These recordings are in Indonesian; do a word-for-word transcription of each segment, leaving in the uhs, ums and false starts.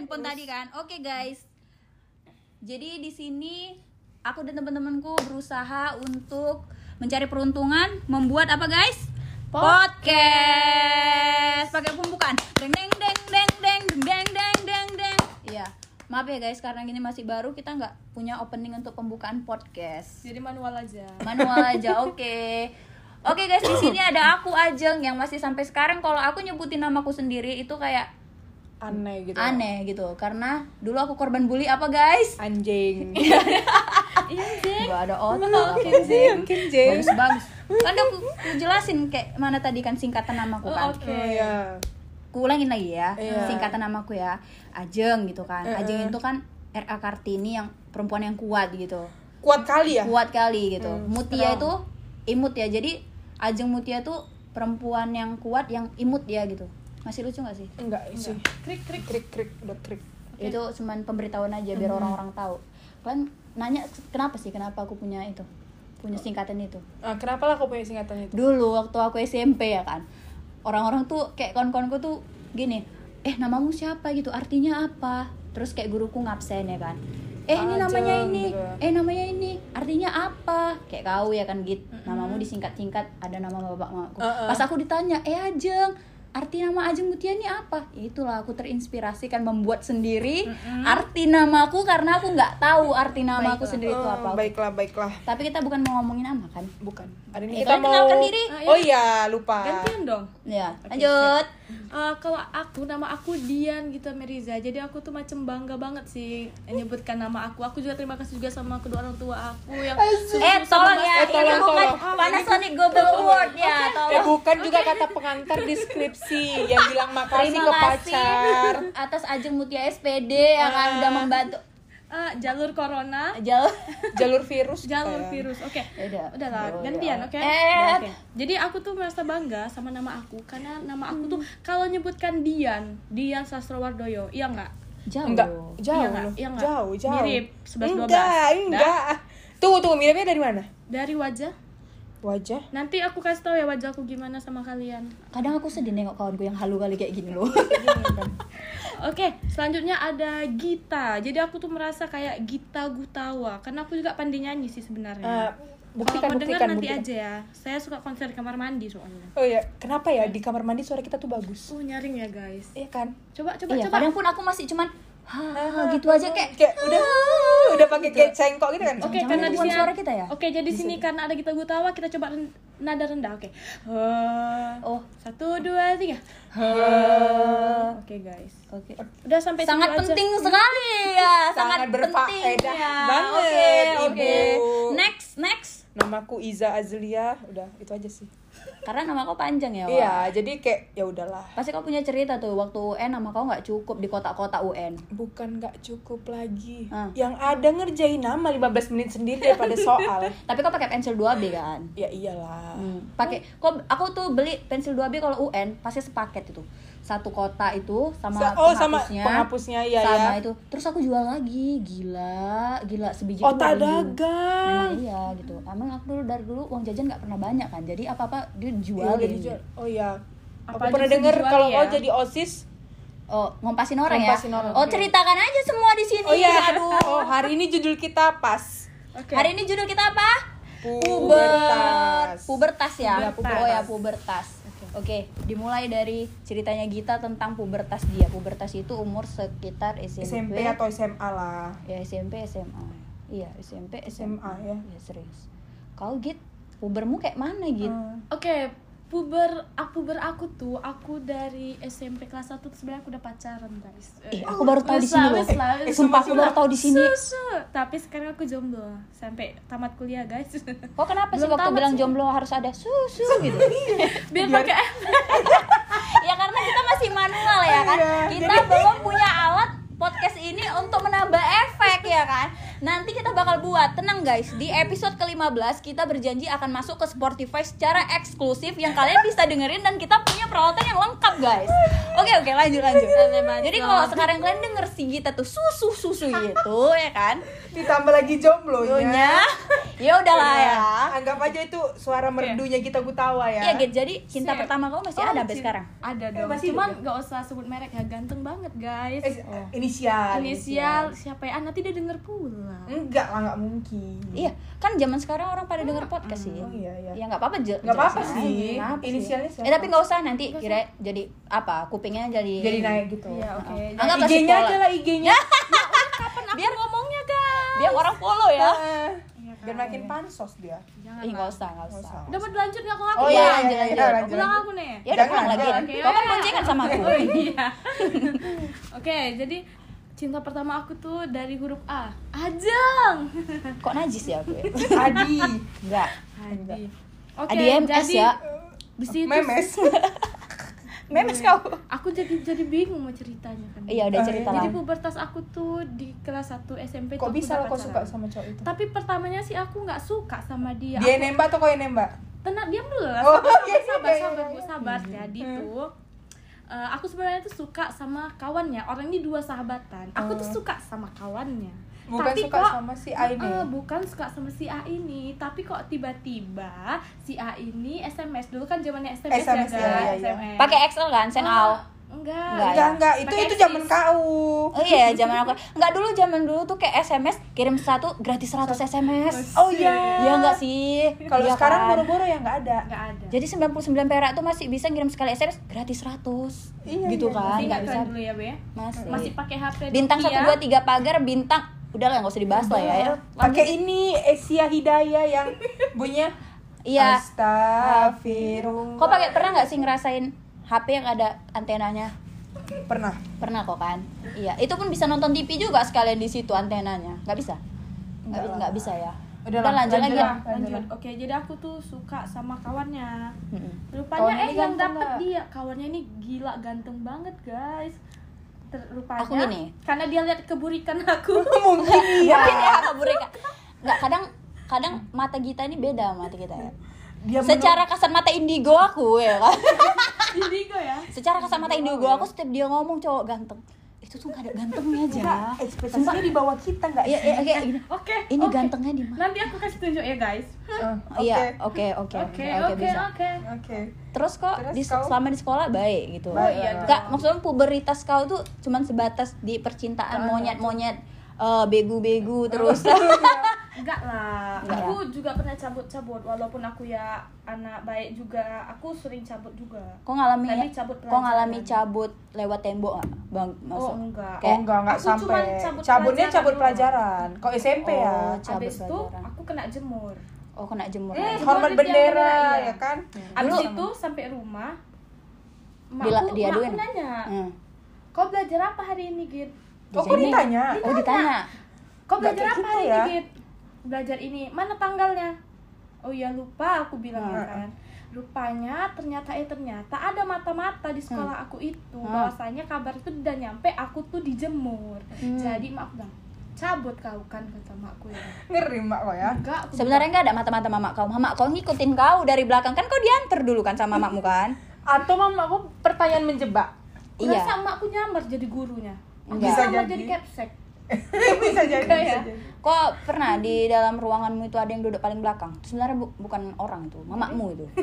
handphone tadi kan. Oke guys. Jadi di sini aku dan teman-temanku berusaha untuk mencari peruntungan membuat apa guys? Podcast. Pakai pembukaan. Deng deng deng deng deng deng deng deng deng. Iya. Maaf ya guys, karena ini masih baru, kita nggak punya opening untuk pembukaan podcast. Jadi manual aja. Manual aja, oke. Okay. Oke okay guys, di sini ada aku Ajeng yang masih sampai sekarang kalau aku nyebutin namaku sendiri itu kayak aneh gitu. Aneh gitu, karena dulu aku korban bully apa guys? Anjing. Iya anjing. Gak ada otak. Anjing, anjing. Bagus bagus. Kan udah aku jelasin kayak mana tadi kan singkatan namaku kan. Oh, oke okay. Ya. Ku ulangin lagi ya, yeah. Singkatan namaku ya, Ajeng gitu kan. Uh-uh. Ajeng itu kan R A Kartini yang perempuan yang kuat gitu. Kuat kali ya? Kuat kali gitu. Hmm, Mutia strong. itu imut ya. Jadi Ajeng Mutia tuh perempuan yang kuat yang imut ya gitu. Masih lucu gak sih? Enggak sih. Krik krik Krik krik udah krik. Okay. Itu cuman pemberitahuan aja biar hmm. orang-orang tahu. Kalian nanya kenapa sih kenapa aku punya itu? Punya singkatan itu. Ah, kenapa lah aku punya singkatan itu? Dulu waktu aku S M P ya kan. Orang-orang tuh kayak kawan-kawanku tuh gini, "Eh, namamu siapa?" gitu. Artinya apa? Terus kayak guruku ngabsen ya kan. Eh, ini Ajeng, namanya ini. gitu. Eh, namanya ini. Artinya apa? Kayak kau ya kan gitu. Namamu disingkat-singkat ada nama bapak mamaku. Uh-uh. Pas aku ditanya, "Eh, Ajeng, arti nama Ajeng Mutia ini apa?" Itulah aku terinspirasi kan membuat sendiri mm-hmm. arti namaku karena aku nggak tahu arti namaku baiklah. sendiri itu apa. Oh, baiklah, baiklah. Tapi kita bukan mau ngomongin nama kan? Bukan. Hari Eh, ini kita mau kenalkan diri. Ah, ya. Oh iya, lupa. Gantian dong. Ya, Okay, lanjut. Uh, kalau aku, nama aku Dian gitu Meriza. Jadi aku tuh macam bangga banget sih menyebutkan nama aku. Aku juga terima kasih juga sama kedua orang tua aku yang Eh, tolong ya, Eh, tolong, ini bukan tolong. Panasonic Global Award ya, Eh tolong. bukan juga kata pengantar deskripsi yang bilang makasih Terima ke kasih pacar. atas Ajeng Mutia S P D yang kan udah membantu uh, jalur corona, jauh. Jalur virus. jalur kayak. virus. Oke. Udah. Udahlah, Oh, gantian, ya. oke? Eh. Oke. Jadi aku tuh merasa bangga sama nama aku karena nama aku tuh kalau nyebutkan Dian, Dian Sastrowardoyo. Iya enggak? Jauh. Enggak, jauh Iya nggak? loh. Iya nggak? Jauh, jauh. Mirip sebelas dua belas. Enggak, enggak. Tunggu, tunggu, miripnya dari mana? Dari wajah. Wajah. Nanti aku kasih tahu ya wajahku gimana sama kalian. Kadang aku sedih nengok kawanku yang halu kali kayak gini loh. Oke, selanjutnya ada Gita. Jadi aku tuh merasa kayak Gita Gutawa karena aku juga pandai nyanyi sih sebenarnya. Uh, buktikan, Kalau mau dengar buktikan, nanti buktikan. aja ya. Saya suka konser di kamar mandi soalnya. Oh iya, kenapa ya di kamar mandi suara kita tuh bagus? Oh, nyaring ya, guys. Iya kan? Coba coba Iya, coba. kadang pun aku masih cuman ha, gitu aja kayak Kayak udah udah pakai kayak cengkok gitu kan? Oke, Jangan karena di bukan sini suara kita ya? Oke, jadi di sini karena ada Gita Gutawa, kita coba ren- nada rendah. Oke. Uh, oh, satu, dua, tiga. Oke, guys. oke. Udah sampai Sangat situ aja. penting sekali ya, sangat, Sangat penting berfaedah ya. banget, Oke, oke. Ibu. Next, next. Namaku Iza Azlia, udah itu aja sih. Karena nama kau panjang ya, Wak? Iya, jadi kayak ya udahlah. Pasti kau punya cerita tuh waktu U N nama kau nggak cukup di kotak-kotak U N. Bukan nggak cukup lagi. Ah. Yang ada ngerjain nama lima belas menit sendiri daripada soal. Tapi kau pakai pensil dua B kan? Ya iyalah. Hmm. Pakai kok aku tuh beli pensil dua B kalau U N pasti sepaket itu. Satu kotak itu sama Sa- oh, sama penghapusnya. penghapusnya, iya, sama ya. itu. Terus aku jual lagi. Gila, gila sebiji Oh, tak dua ribu. dagang. Memang iya gitu. Emang aku dulu dari dulu uang jajan nggak pernah banyak kan. Jadi apa-apa dia Iya, jualin. udah dijual. Oh iya. Apa Aku aja pernah bisa denger dijual kalau ya? kau jadi OSIS. Oh, ngompasin orang Ngompasin ya. orang, Oh, oke. ceritakan aja semua di sini. Oh iya. Aduh. Oh, hari ini judul kita pas. Oke. Hari ini judul kita apa? Pubertas. Pubertas ya. Iya, pubertas. Oh ya, pubertas. Oke, dimulai dari ceritanya Gita tentang pubertas dia. Pubertas itu umur sekitar S M P, S M P atau S M A lah. ya S M P, S M A. Iya, S M P, S M A, S M A ya. Ya serius. Kau Git, pubermu kayak mana Git? Hmm. Oke, puber aku puber aku tuh aku dari S M P kelas satu terus sebenarnya aku udah pacaran, guys. Eh, aku baru tahu di sini loh. Wes lah, wes lah. Sumpah aku baru tahu di sini. Susu. Tapi sekarang aku jomblo sampai tamat kuliah, guys. Kok kenapa sih Belum waktu tamat bilang sih. jomblo harus ada susu gitu? Biar pakai Ya karena kita masih manual ya kan. Kita belum punya alat podcast ini untuk menambah efek ya kan. Nanti kita bakal buat, tenang guys. Di episode ke lima belas kita berjanji akan masuk ke Spotify secara eksklusif yang kalian bisa dengerin dan kita punya peralatan yang lengkap guys. Oke oke lanjut lanjut. Jadi kalau sekarang kalian denger si Gita tuh susu susu gitu ya kan. Ditambah lagi jomblonya. Nya Ya udahlah ya. Anggap aja itu suara merdunya Gita Gutawa ya. Iya Git, jadi cinta Sip. pertama kamu masih Oh, ada sampai cinta- sekarang? Ada Eh, dong. masih Cuman ada? nggak usah sebut merek ya, ganteng banget guys. Eh, inisial. Inisial siapa ya? Ah, nanti dia denger pula. Enggak lah, nggak mungkin. Iya, kan zaman sekarang orang pada denger podcast sih. Oh iya iya. Ya nggak apa-apa je- Nggak apa-apa jelasin sih. aja. Kenapa sih? Inisialnya siapa? Eh tapi nggak usah nanti kira jadi apa? Kupingnya jadi Jadi naik gitu. Iya, oke. Oh. Anggap I G-nya sekolah. aja lah I G-nya. Kapan aku Biar- ngomongnya, guys? biar orang follow ya. Ah, Iya, Biar kan? makin pansos dia. Jangan. Ih nggak lah. usah, nggak Nggak usah. usah. Dapat lanjut nggak aku ngaku? Oh Iya, iya, lanjut, iya, lanjut. iya, lanjut, Ulang lanjut. aku nih. Ya udah Jangan, pulang lagi. jangan. Oke, Kau kan oke. boncengan sama aku. Oh iya. Oke, jadi cinta pertama aku tuh dari huruf A. Ajeng. Kok najis ya aku ya? Adi. Enggak. Adi. Oke, Adi M S jadi ya. di situ Memes. Memes kau. aku jadi jadi bingung mau ceritanya kan. Iya udah Oh, cerita iya. lah. Jadi pubertas aku tuh di kelas satu S M P Kok tuh aku bisa udah lo kok pacaran. suka sama cowok itu? Tapi pertamanya sih aku nggak suka sama dia. Dia Aku- nembak atau kau yang nembak? Tenang, diam dulu lah. Oh, Sabar, iya, sabar, iya, sabar, iya, Bu, iya. sabar. Jadi Hmm. tuh eh, aku sebenarnya tuh suka sama kawannya. Orang ini dua sahabatan. Aku tuh Oh. suka sama kawannya. Bukan tapi suka kok, sama si A ini. eh, bukan suka sama si A ini, tapi kok tiba-tiba si A ini S M S. Dulu kan zamannya S M S, S M S, ya, iya, guys. iya, iya. S M S. Pakai Excel kan, send Oh, out. Enggak. Enggak, Enggak, enggak, itu Pakai itu Axis. zaman kau. Oh iya, zaman aku. Enggak dulu zaman dulu tuh kayak S M S kirim satu gratis seratus S M S. Oh iya. Iya enggak sih? Kalau Iya sekarang kan? boro-boro ya enggak ada. Enggak ada. Jadi sembilan puluh sembilan perak tuh masih bisa ngirim sekali S M S gratis seratus. Iya, Gitu iya. kan? Masih Nggak enggak bisa. keren dulu ya, Be? Masih. Masih pakai H P Bintang Nokia. satu dua tiga pagar bintang. Udah lah enggak usah dibahas lah ya. ya. Pakai ini Asia Hidayah yang bunyinya Iya. Astagfirullah. Kok pakai pernah nggak sih ngerasain H P yang ada antenanya? Pernah. Pernah kok kan? Iya, itu pun bisa nonton T V juga sekalian di situ antenanya. Nggak bisa? Nggak, Nggak lah. nggak bisa ya. Udah Udah lah, lanjut lagi. lanjut ya. lah. Lanjut. Oke, jadi aku tuh suka sama kawannya. Mm-mm. Rupanya Kawannya eh ini yang ganteng dapet nggak? dia. Kawannya ini gila ganteng banget, guys. Ter- rupanya Aku gini. karena dia lihat keburikan aku. Mungkin iya. Mungkin ya kaburikan. Nggak, kadang kadang mata kita ini beda sama mata kita ya. Dia Secara kasat mata indigo aku ya kan. Indigo ya. Secara kasat mata indigo aku setiap dia ngomong cowok ganteng. Itu tuh nggak ada gantengnya aja. Enggak, ekspektasinya di bawah kita enggak? Iya, iya, kayak gini. Oke. Ini oke. gantengnya di mana? Nanti aku kasih tunjuk ya, guys. Eh, Iya, oke, oke, Oke, oke, oke, bisa. oke. Oke. Terus kok Terus di, kau? selama di sekolah baik gitu. Baik, iya Enggak, dong. maksudnya puberitas kau tuh cuman sebatas di percintaan monyet-monyet eh, begu-begu terus. Enggak lah. Enggak Aku juga pernah cabut-cabut walaupun aku ya anak baik juga. Aku sering cabut juga. Kok ngalami Tapi cabut kok ngalami pelajaran. cabut lewat tembok enggak? Bang, Oh, maksud. enggak. Oh Kayak- enggak, enggak Aku sampai. cuman cabut Cabutnya pelajaran cabut doang. pelajaran. Kok S M P ya? Oh, cabut Habis itu pelajaran. aku kena jemur. Oh, kena jemur. Eh, aja. Hormat Jemur di tiang bendera bendera, iya. ya kan? Abis Dulu- itu sampai rumah, Bila- makku, diaduin? makku nanya, Hmm. kau belajar apa hari ini, Git? Oh, kok Jadi- ditanya? Oh, ditanya. Kau Nggak belajar kayak apa gitu hari ya. ini, Git? Belajar ini. Mana tanggalnya? Oh ya lupa, aku bilang ya Hmm. kan. Rupanya ternyata eh ternyata ada mata-mata di sekolah aku itu Hmm. bahwasanya kabar itu udah nyampe aku tuh dijemur. Hmm. Jadi mak bilang, cabut kau kan kata makku ya. Ngeri mak kok ya. Enggak, aku Sebenarnya enggak ada mata-mata mama kau. Mama kau ngikutin kau dari belakang kan kau diantar dulu kan sama mamamu kan? Atau mamaku pertanyaan menjebak. bilang, Iya. "Rasa makku nyamar jadi gurunya. Aku Enggak. Bisa nyamar jadi. jadi capsek." Bisa jadi, Enggak bisa ya? jadi. Kok pernah di dalam ruanganmu itu ada yang duduk paling belakang? Itu sebenarnya bu- bukan orang itu, mamamu itu.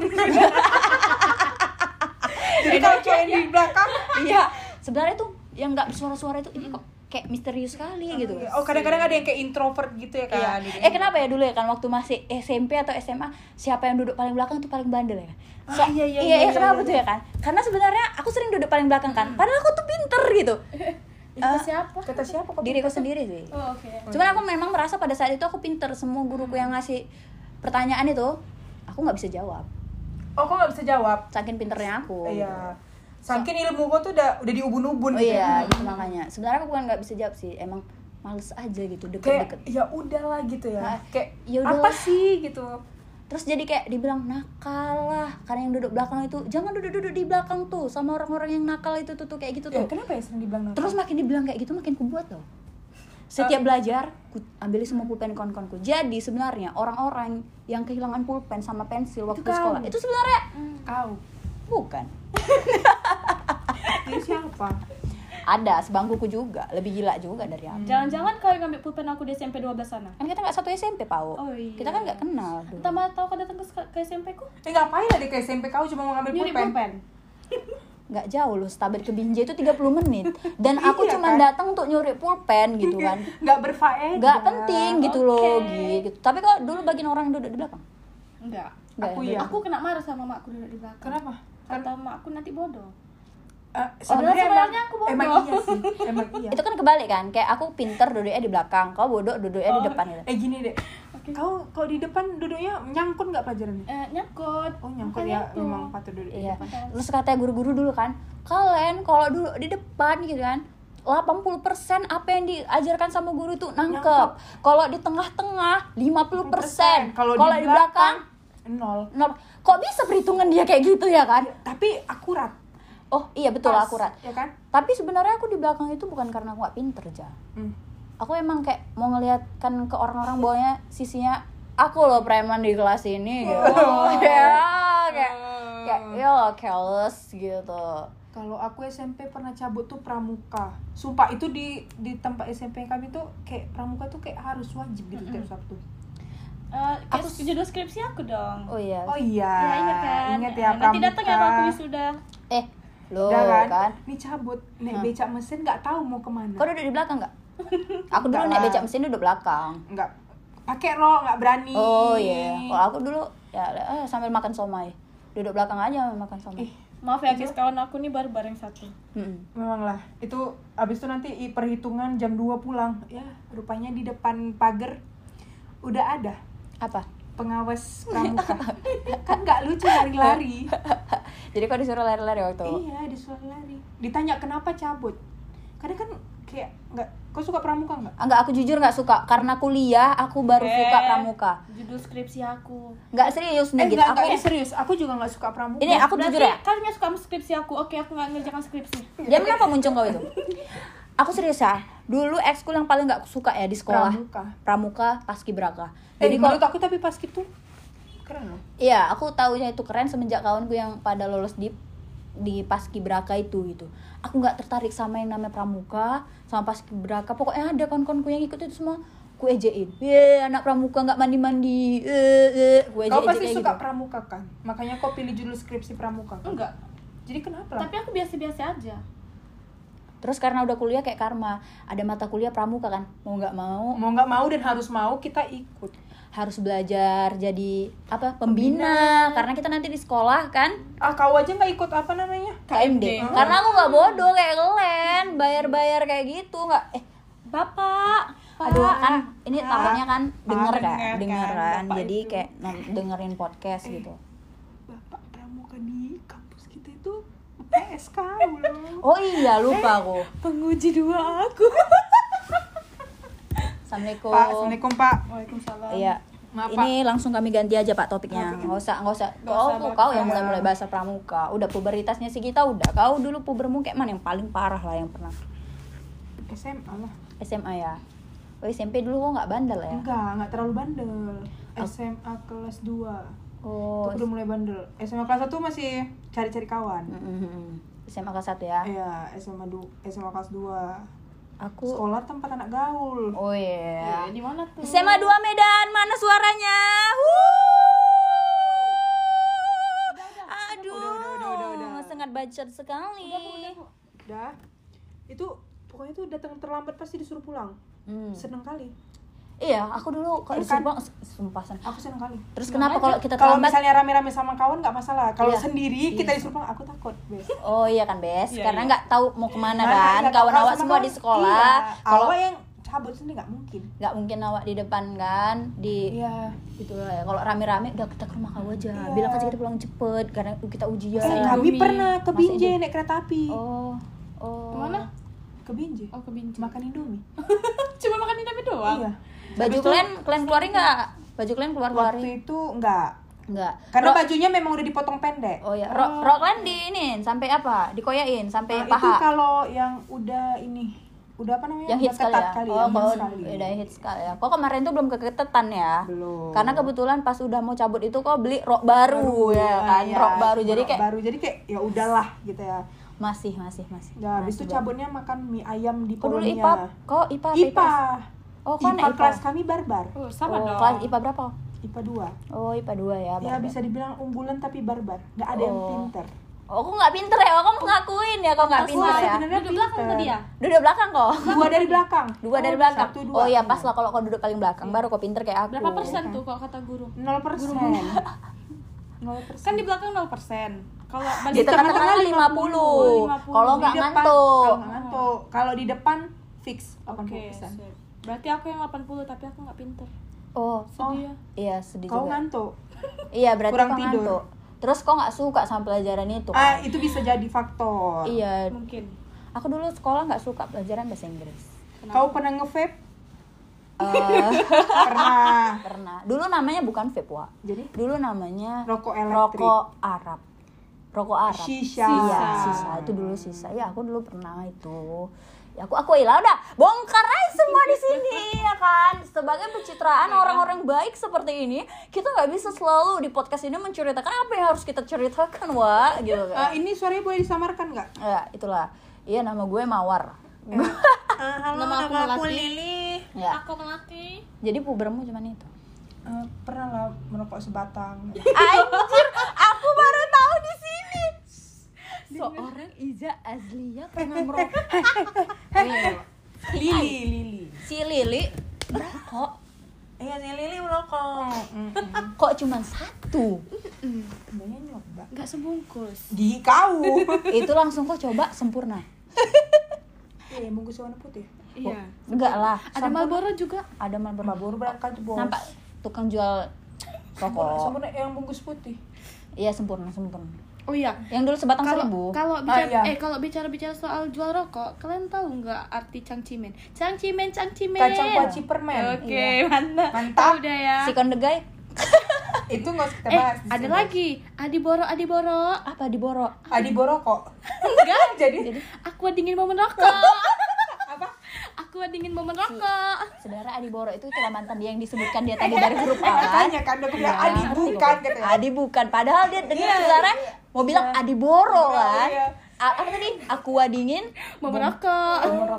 Jadi kalau cowok yang di belakang, Iya, sebenarnya tuh yang nggak bersuara-suara itu ini kok kayak misterius sekali gitu. oh kadang-kadang ada yang kayak introvert gitu ya Iya. kan. Eh kenapa ya dulu ya kan waktu masih S M P atau S M A siapa yang duduk paling belakang tuh paling bandel ya kan? Ah, iya, iya, iya, iya, kenapa iya, tuh ya kan? Karena sebenarnya aku sering duduk paling belakang kan. Padahal aku tuh pinter gitu. Itu Ah, siapa? Kata siapa kok? Diriku sendiri sih. Oh, oke. Cuman aku memang merasa pada saat itu aku pinter. Semua guruku yang ngasih pertanyaan itu aku nggak bisa jawab. Oh, kok nggak bisa jawab? Saking pinternya aku. Iya. Saking ilmu kok tuh udah udah diubun-ubun Oh gitu. iya, itu makanya. Sebenarnya aku bukan nggak bisa jawab sih. Emang males aja gitu Kayak deket-deket. ya udahlah gitu ya. Nah, Kayak ya apa udahlah. sih gitu. Terus jadi kayak dibilang nakal lah. Karena yang duduk belakang itu jangan duduk-duduk di belakang tuh sama orang-orang yang nakal itu tuh, tuh kayak gitu Ya, tuh. kenapa ya sering dibilang nakal? Terus makin dibilang kayak gitu makin kubuat loh. Setiap belajar, ku ambil semua pulpen kawan-kawanku. Jadi sebenarnya orang-orang yang kehilangan pulpen sama pensil waktu kau. sekolah itu sebenarnya kau. bukan. Ini siapa? Ada, sebangkuku juga, lebih gila juga dari aku. Jangan-jangan kau yang ngambil pulpen aku di S M P dua belas sana. Kan kita nggak satu S M P, Pau. Oh, iya. Kita kan nggak kenal. dulu. Entah mana tahu kau datang ke, ke S M P ku? Eh ngapain lah di ke S M P kau cuma mau ngambil Nyuri pulpen? pulpen. Nggak jauh loh, Stabet ke Binjai itu tiga puluh menit. Dan aku Iya, cuma kan? datang untuk nyuri pulpen gitu kan. Nggak berfaedah. Nggak penting gitu loh, Oke. gitu. Tapi kok dulu bagian orang duduk di belakang? Enggak. Nggak Aku ya? ya. Aku kena marah sama makku duduk di belakang. Kenapa? Kata makku nanti bodoh. Eh, sebenarnya emang- aku bodoh. Emang iya sih, emang iya. Itu kan kebalik kan, kayak aku pinter duduknya di belakang, kau bodoh duduknya di Oh. depan gitu. Eh gini deh, kau kau di depan duduknya nyangkut nggak pelajarannya? Eh, nyangkut. Oh nyangkut Makanya ya, itu. memang patut duduk di Iya. depan. Terus katanya guru-guru dulu kan, kalian kalau duduk di depan gitu kan, delapan puluh persen apa yang diajarkan sama guru tuh nangkep. Nangkep. Kalau di tengah-tengah lima puluh persen. Kalau Kalau di di belakang nol. nol. Kok bisa perhitungan dia kayak gitu ya kan? Tapi akurat. Oh iya betul Pas, akurat. Ya kan? Tapi sebenarnya aku di belakang itu bukan karena aku gak pinter aja. Hmm. Aku emang kayak mau ngeliatkan ke orang-orang bawahnya sisinya aku loh preman di kelas ini gitu. Oh. Ya, kayak kayak ya careless gitu. Kalau aku S M P pernah cabut tuh pramuka. Sumpah itu di di tempat S M P kami tuh kayak pramuka tuh kayak harus wajib gitu tiap Sabtu. Eh, kayak Aku- judul skripsi aku dong. Oh iya. Oh iya. Ya, ingat kan? Ingat ya Nanti pramuka. datang ya kalau aku wisuda. Eh, lo Udah kan? kan. Nih cabut, naik Hah. becak mesin nggak tahu mau kemana. Kau duduk di belakang nggak? Aku dulu Nggak naik lah. becak mesin duduk belakang. Nggak pakai rok, nggak berani. Oh iya. Kalau aku dulu ya eh, sambil makan somai. Duduk belakang aja makan somai. Ih, Maaf ya guys, kawan aku nih baru bareng satu. Mm-mm. memang lah. Itu abis itu nanti i- perhitungan jam dua pulang. Ya, rupanya di depan pagar udah ada Apa? pengawas pramuka. Kan nggak lucu lari-lari. Jadi kau disuruh lari-lari waktu itu? Iya, disuruh lari. Ditanya kenapa cabut. Kadang kan kayak nggak. Kau suka pramuka nggak? Enggak, aku jujur nggak suka. Karena kuliah aku baru Eh, suka pramuka. Judul skripsi aku. Nggak serius nih Eh, gitu. nggak, Aku nggak, ini serius. Aku juga nggak suka pramuka. ini aku Berarti jujur ya. kalian nggak suka sama skripsi aku. Oke, aku nggak ngerjakan skripsi. Jam berapa muncul kau itu? Aku serius ya. Dulu ekskul yang paling nggak suka ya di sekolah. Pramuka. Pramuka, paskibraka. Eh, Jadi kalau menurut aku tapi pas gitu keren loh. iya, aku taunya itu keren semenjak kawanku yang pada lolos di di paskibraka itu gitu. Aku nggak tertarik sama yang namanya pramuka, sama paskibraka. Pokoknya ada kawan-kawanku yang ikut itu semua ku ejein. Ye, anak pramuka nggak mandi-mandi. Eh, eh, ku Kau ejek-ejek pasti kayak suka gitu. pramuka kan? Makanya kau pilih judul skripsi pramuka kan? Enggak. Jadi kenapa? Tapi aku biasa-biasa aja. Terus karena udah kuliah kayak karma, ada mata kuliah pramuka kan. Mau nggak mau mau nggak mau dan harus mau kita ikut. harus belajar jadi apa? Pembina. Karena kita nanti di sekolah kan Ah, kau aja nggak ikut apa namanya? K M D. K M D. Karena aku nggak bodoh kayak kalian, bayar-bayar kayak gitu nggak eh Bapak, aduh Pak. kan ini Pak. takutnya kan denger Pak, kan denger denger kan, kan Bapak jadi itu. kayak nong- dengerin podcast gitu. Bapak pramuka di kampus kita itu P S K loh. Oh iya lupa aku. Penguji dua aku. Assalamualaikum. Pak, assalamualaikum Pak. Waalaikumsalam. Iya. Maaf, Ini langsung kami ganti aja Pak topiknya. Topiknya. Nggak usah nggak usah. Nggak Kau usah kau yang bahas. mulai-mulai bahasa pramuka. Udah pubertasnya sih kita udah. Kau dulu pubermu kayak mana yang paling parah lah yang pernah? S M A lah. S M A ya. Oh S M P dulu kok nggak bandel ya? Enggak, enggak terlalu bandel. S M A kelas dua. Oh. Itu udah mulai bandel. S M A kelas satu masih cari-cari kawan. Mm-mm. S M A kelas satu ya. Iya, S M A du- S M A kelas dua. Aku. Sekolah tempat anak gaul. Oh iya. Eh, di mana tuh? S M A dua Medan, mana suaranya? Wuh. Aduh, Udah, udah, udah, udah, udah. sangat bacot sekali. Udah. Itu pokoknya tuh datang terlambat pasti disuruh pulang. Hmm. Seneng kali. Iya, aku dulu kalau Iya disuruh kan? pulang, sumpah sen. Aku seneng kali. Terus Senang kenapa aja. kalau kita Kalau terlambat? misalnya rame-rame sama kawan nggak masalah. Kalau Iya. sendiri kita Iya. disuruh pulang, aku takut, Bes. Oh iya kan, Bes. Iya, Karena iya. nggak tahu mau kemana Mana, kan. nggak tahu. Kawan Kalau awak sama semua kawan, di sekolah. Iya. Kalau Awak yang cabut sendiri nggak mungkin. nggak mungkin awak di depan kan, di Iya. itu lah ya. Kalau rame-rame udah kita ke rumah kau aja. Iya. Bilang aja kita pulang cepet karena kita ujian. Eh, Indomie. kami pernah ke Masa Binjai Indomie. naik kereta api. Oh. Oh. Kemana? Ke Binjai. Oh, ke Binjai. Makan Indomie. Cuma makan Indomie doang. Iya. Baju Habis itu, kalian kalian keluarin nggak? Baju kalian keluar keluarin? waktu itu enggak. Enggak. Karena Rok- bajunya memang udah dipotong pendek. Oh ya, rok rok kalian di ini sampai apa? Dikoyain sampai Nah, itu paha. kalau yang udah ini, udah apa namanya? Yang Udah hits kali ketat ya. kali Oh, yang kalau hits kali. udah hits kali ya. Kok kemarin tuh belum keketetan ya? Belum. Karena kebetulan pas udah mau cabut itu kok beli rok baru, ya kan, Iya, rok baru. Jadi rok kayak baru. Jadi kayak ya udahlah gitu ya. Masih, masih, masih. Ya, habis Masih itu banget. cabutnya makan mie ayam di Kok dulu pohonnya. I P A? Kok I P A? I P A. Oh, kan I P A I P A. kelas kami barbar. Oh, sama Oh, dong. kelas I P A berapa? I P A dua. Oh, I P A dua ya. Ya barbar. bisa dibilang unggulan tapi barbar. Nggak ada yang Oh. pinter. Oh, kok nggak pinter ya? Oh, kamu ngakuin ya kok nggak Aku pinter ya? sebenarnya Duduk belakang pinter. tadi ya? Duduk belakang kok. Dua dari belakang. Dua dari Oh, belakang. Satu, dua. Oh iya, pas lah kalau kau duduk paling belakang baru kau pinter kayak aku. Berapa persen tuh kalau kata guru? Nol persen. Nol persen. Kan di belakang nol persen. Kalau Di balik tengah-tengah lima puluh. lima puluh. Kalau nggak Di depan- ngantuk. Kalau nggak ngantuk. Kalau di depan fix delapan Oke, puluh persen. sip. Berarti aku yang delapan puluh tapi aku nggak pinter. Oh, Sedih ya. iya sedih Kau juga. ngantuk. Iya, berarti kurang kau tidur. ngantuk. Terus kau nggak suka sama pelajaran itu Ah, kan? itu bisa jadi faktor. Iya, Mungkin. aku dulu sekolah nggak suka pelajaran bahasa Inggris. Kau pernah nge-vape? Eh, Pernah. pernah. Dulu namanya bukan vape, Wak. Jadi Dulu namanya rokok elektrik. rokok Arab. Rokok Arab. Shisha. Iya, sisa. Itu dulu sisa. Ya, aku dulu pernah itu. Ya, aku aku ilah udah bongkar aja semua di sini ya kan. Sebagai pencitraan orang-orang baik seperti ini, kita nggak bisa selalu di podcast ini menceritakan apa yang harus kita ceritakan, Wak, gitu Ah, kan. ini suaranya boleh disamarkan nggak? Ya, itulah. Iya, nama gue Mawar. halo, Nama aku nama aku Melati. Lili. Ya. Aku melatih. Jadi pubermu cuman itu. Eh, pernah lah merokok sebatang. Anjir, aku baru tahu di sini. Seorang Iza Azlia pernah merokok. Oh, iya. Lili, Lili. Si Lili merokok. Iya, si Lili merokok. Kok cuman satu? Sebenarnya nyoba. Nggak sebungkus. Di kau. Itu langsung kok coba sempurna. Iya, bungkus warna putih. Iya. Enggak lah. Ada Marlboro juga. Ada Marlboro. Baru berangkat bos. Nampak tukang jual Sempurna, rokok. sempurna yang bungkus putih. Iya, sempurna, sempurna. Oh iya. Yang dulu sebatang seribu. Kalau kalau Ah, bicara iya. eh kalau bicara-bicara soal jual rokok, kalian tahu nggak arti cangcimen? Cangcimen, cangcimen. Kacang kuaci permen. Oke, mantap. Mantap. Udah ya. Si kondegai Itu nggak usah kita Eh, bahas. di ada sini. lagi. Adiboro, Adiboro. apa diboro? Adi borokok. Enggak. Jadi Jadi Aqua dingin momen rokok. apa? Aqua dingin momen rokok. saudara Adiboro itu itulah mantan dia yang disebutkan dia tadi dari huruf A kan? Katanya kan aku bilang Adi Ngerti bukan kok. katanya. Adi bukan, padahal dia dengar Iya. saudara mau bilang Adiboro Iya, kan. iya. A- apa tadi? Aqua dingin Momen rokok.